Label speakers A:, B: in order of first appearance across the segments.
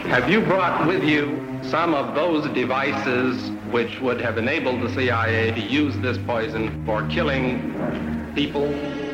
A: Have you brought with you some of those devices which would have enabled the CIA to use this poison for killing people?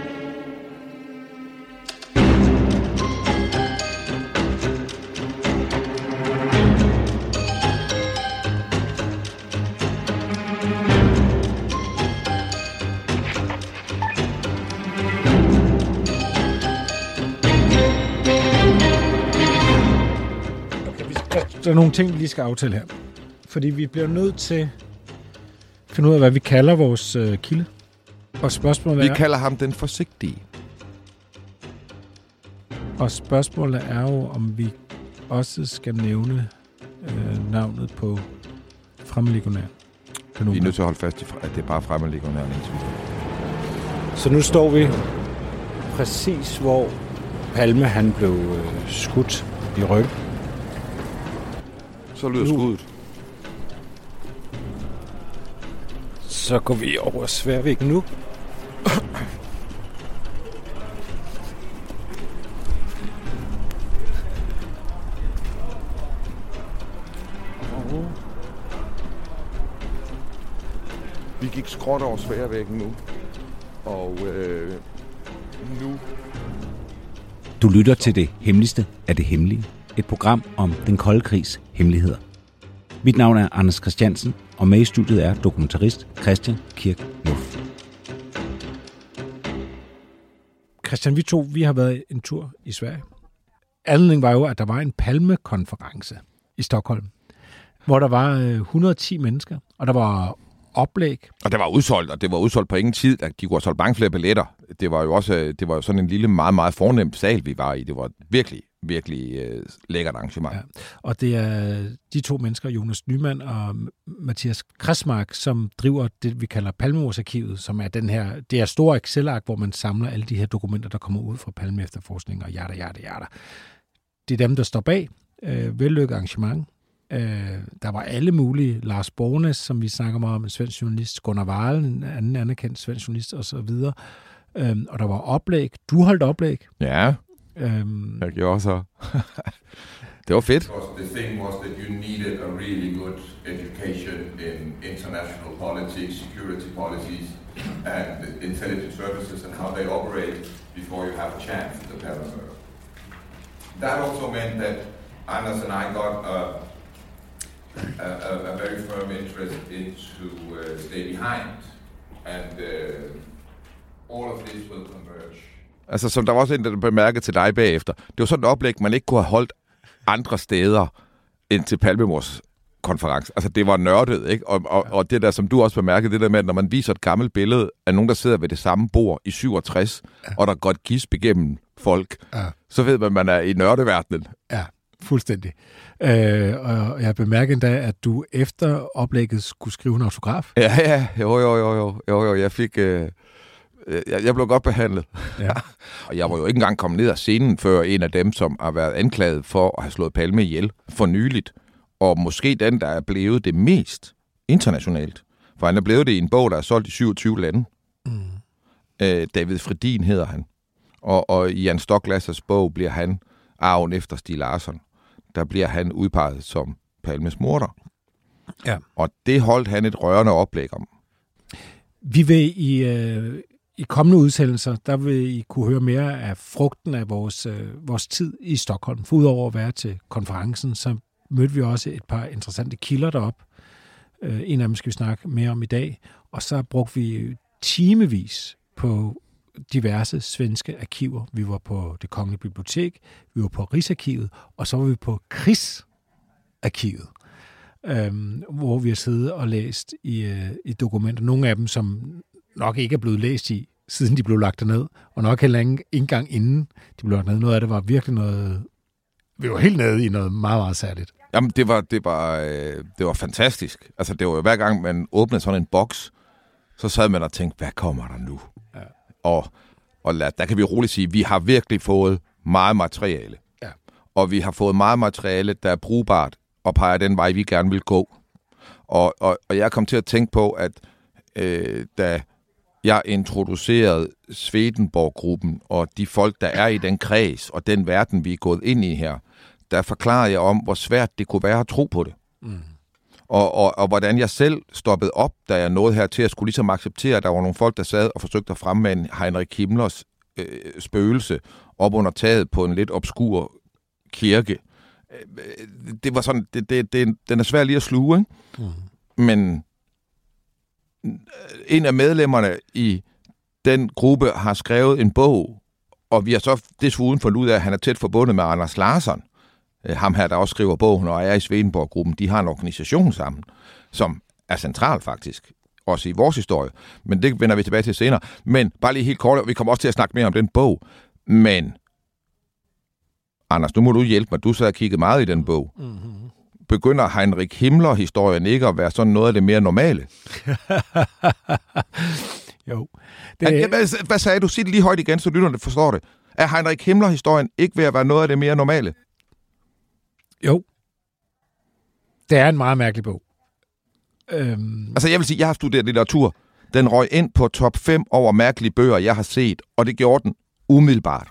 B: Der er nogle ting, vi lige skal aftale her. Fordi vi bliver nødt til at finde ud af, hvad vi kalder vores kilde. Og spørgsmålet
C: Vi kalder ham den forsigtige.
B: Og spørgsmålet er jo, om vi også skal nævne navnet på fremmedlegionær.
C: Vi er nødt til at holde fast i, at det er bare fremmedlegionæren.
D: Så nu står vi præcis, hvor Palme han blev skudt i ryggen.
C: Så lyder skuddet.
D: Så går vi over Sværvæk nu.
C: Vi gik skråt over Sværvæggen nu. Og nu...
E: Du lytter til det hemmeligste af det hemmelige. Et program om den kolde krigs hemmeligheder. Mit navn er Anders Christiansen, og med i studiet er dokumentarist Christian Kirk Muff.
B: Christian, vi har været en tur i Sverige. Anledningen var jo, at der var en Palme-konference i Stockholm, hvor der var 110 mennesker, og der var oplæg.
C: Og det var udsolgt på ingen tid. De kunne have solgt mange flere billetter. Det var jo sådan en lille, meget, meget fornem sal, vi var i. Det var virkelig lækkert arrangement. Ja.
B: Og det er de to mennesker, Jonas Nyman og Mathias Krasmark, som driver det, vi kalder Palmemordsarkivet, som er det er store Excel-ark, hvor man samler alle de her dokumenter, der kommer ud fra Palme-efterforskning og jada. Det er dem, der står bag. Vellykket arrangement. Der var alle mulige. Lars Bornes, som vi snakker om, en svensk journalist, Gunnar Wahlen, en anden anerkendt svensk journalist osv. Og der var oplæg. Du holdt oplæg.
C: Ja. Jeg gjorde så. Det var fedt.
F: The thing was that you needed a really good education in international politics, security policies, and intelligence services and how they operate before you have a chance at the Palme murder. That also meant that Anders and I got a very firm interest into stay behind, and all of this will converge.
C: Altså, som der var også en, der bemærkede til dig bagefter. Det var sådan et oplæg, man ikke kunne have holdt andre steder end til Palmemordskonference. Altså, det var nørdet, ikke? Og det der, som du også bemærkede, det der med, at når man viser et gammelt billede af nogen, der sidder ved det samme bord i 67, og der går et gisp igennem folk, så ved man, at man er i nørdeverdenen.
B: Ja, fuldstændig. Og jeg bemærkede endda, at du efter oplægget skulle skrive en autograf.
C: Ja. Jo. Jeg fik... Jeg blev godt behandlet. Ja. Og jeg var jo ikke engang kommet ned af scenen før en af dem, som har været anklaget for at have slået Palme ihjel for nyligt. Og måske den, der er blevet det mest internationalt. For han er blevet det i en bog, der er solgt i 27 lande. David Fredin hedder han. Og i Jan Stoklasers bog bliver han arven efter Stieg Larsson. Der bliver han udpeget som Palmes morder. Ja. Og det holdt han et rørende oplæg om.
B: Vi vil i kommende udsendelser, der vil I kunne høre mere af frugten af vores tid i Stockholm. For udover at være til konferencen, så mødte vi også et par interessante kilder derop. En af dem skal vi snakke mere om i dag. Og så brugte vi timevis på diverse svenske arkiver. Vi var på Det Kongelige Bibliotek, vi var på Rigsarkivet, og så var vi på Krigsarkivet, hvor vi har siddet og læst i dokumenter. Nogle af dem, som nok ikke er blevet læst i, siden de blev lagt derned, og nok heller ikke engang inden de blev lagt ned. Noget af det var virkelig noget... Vi var helt nede i noget meget, meget særligt.
C: Jamen, det var fantastisk. Altså, det var jo hver gang, man åbnede sådan en boks, så sad man og tænkte, hvad kommer der nu? Ja. Og der kan vi roligt sige, vi har virkelig fået meget materiale. Ja. Og vi har fået meget materiale, der er brugbart og peger den vej, vi gerne vil gå. Og jeg kom til at tænke på, at da jeg introducerede Swedenborg-gruppen og de folk, der er i den kreds og den verden, vi er gået ind i her, der forklarede jeg om, hvor svært det kunne være at tro på det. Mm. Og hvordan jeg selv stoppede op, da jeg nåede her til at skulle ligesom acceptere, at der var nogle folk, der sad og forsøgte at fremmane Heinrich Himmlers spøgelse op under taget på en lidt obskur kirke. Det var sådan, den er svær lige at sluge, ikke? Mm. Men en af medlemmerne i den gruppe har skrevet en bog, og vi har så desuden fundet ud af, at han er tæt forbundet med Anders Larsson. Ham her, der også skriver bogen og er i Swedenborg-gruppen, de har en organisation sammen, som er central faktisk, også i vores historie. Men det vender vi tilbage til senere. Men bare lige helt kort, vi kommer også til at snakke mere om den bog. Men, Anders, nu må du hjælpe mig. Du så har kigget meget i den bog. Mm-hmm. Begynder Heinrich Himmler-historien ikke at være sådan noget af det mere normale?
B: Jo.
C: Hvad sagde du? Sig det lige højt igen, så lytterne forstår det. Er Heinrich Himmler-historien ikke ved at være noget af det mere normale?
B: Jo. Det er en meget mærkelig bog.
C: Altså, jeg vil sige, jeg har studeret litteratur. Den røg ind på top 5 over mærkelige bøger, jeg har set, og det gjorde den umiddelbart.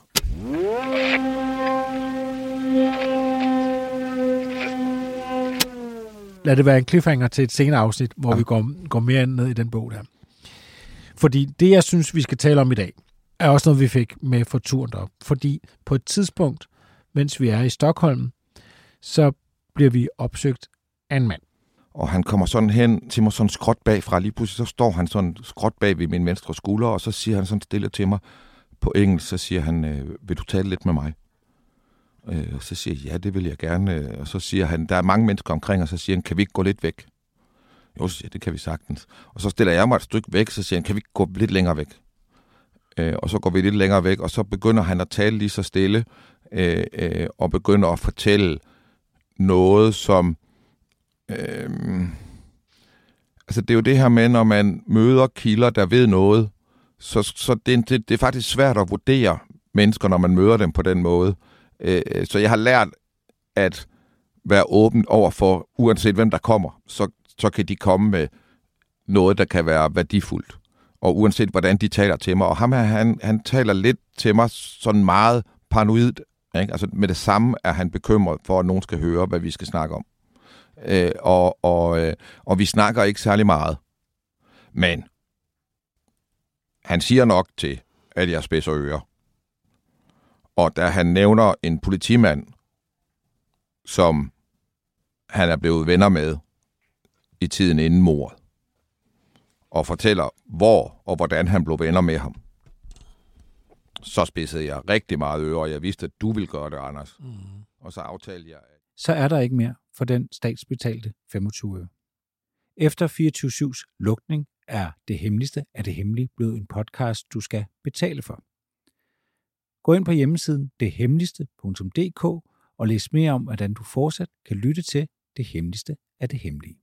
B: Lad det være en cliffhanger til et senere afsnit, hvor vi går mere ned i den bog der. Fordi det, jeg synes, vi skal tale om i dag, er også noget, vi fik med for turen derop. Fordi på et tidspunkt, mens vi er i Stockholm, så bliver vi opsøgt af en mand.
C: Og han kommer sådan hen til mig sådan skråt bagfra. Lige pludselig så står han sådan skråt bag ved min venstre skulder, og så siger han sådan stille til mig på engelsk, så siger han, vil du tale lidt med mig? Og så siger jeg, ja, det vil jeg gerne. Og så siger han, der er mange mennesker omkring, og så siger han, kan vi ikke gå lidt væk? Jo, så siger jeg, det kan vi sagtens. Og så stiller jeg mig et stykke væk, så siger han, kan vi ikke gå lidt længere væk? Og så går vi lidt længere væk, og så begynder han at tale lige så stille, og begynder at fortælle noget, som... altså, det er jo det her med, når man møder kilder, der ved noget, så det er faktisk svært at vurdere mennesker, når man møder dem på den måde. Så jeg har lært at være åben over for, uanset hvem der kommer, så kan de komme med noget, der kan være værdifuldt. Og uanset hvordan de taler til mig. Og ham her, han taler lidt til mig sådan meget paranoid. Ikke? Altså med det samme er han bekymret for, at nogen skal høre, hvad vi skal snakke om. Og vi snakker ikke særlig meget. Men han siger nok til, at jeg spidser ører. Og da han nævner en politimand, som han er blevet venner med i tiden inden mordet, og fortæller, hvor og hvordan han blev venner med ham, så spidsede jeg rigtig meget ører, og jeg vidste, at du ville gøre det, Anders. Mm. Og så aftalte jeg...
E: Så er der ikke mere for den statsbetalte 25 øre. Efter 24/7's lukning er Det Hemmeligste af det Hemmelige blevet en podcast, du skal betale for. Gå ind på hjemmesiden dethemmeligste.dk og læs mere om, hvordan du fortsat kan lytte til Det Hemmeligste af det Hemmelige.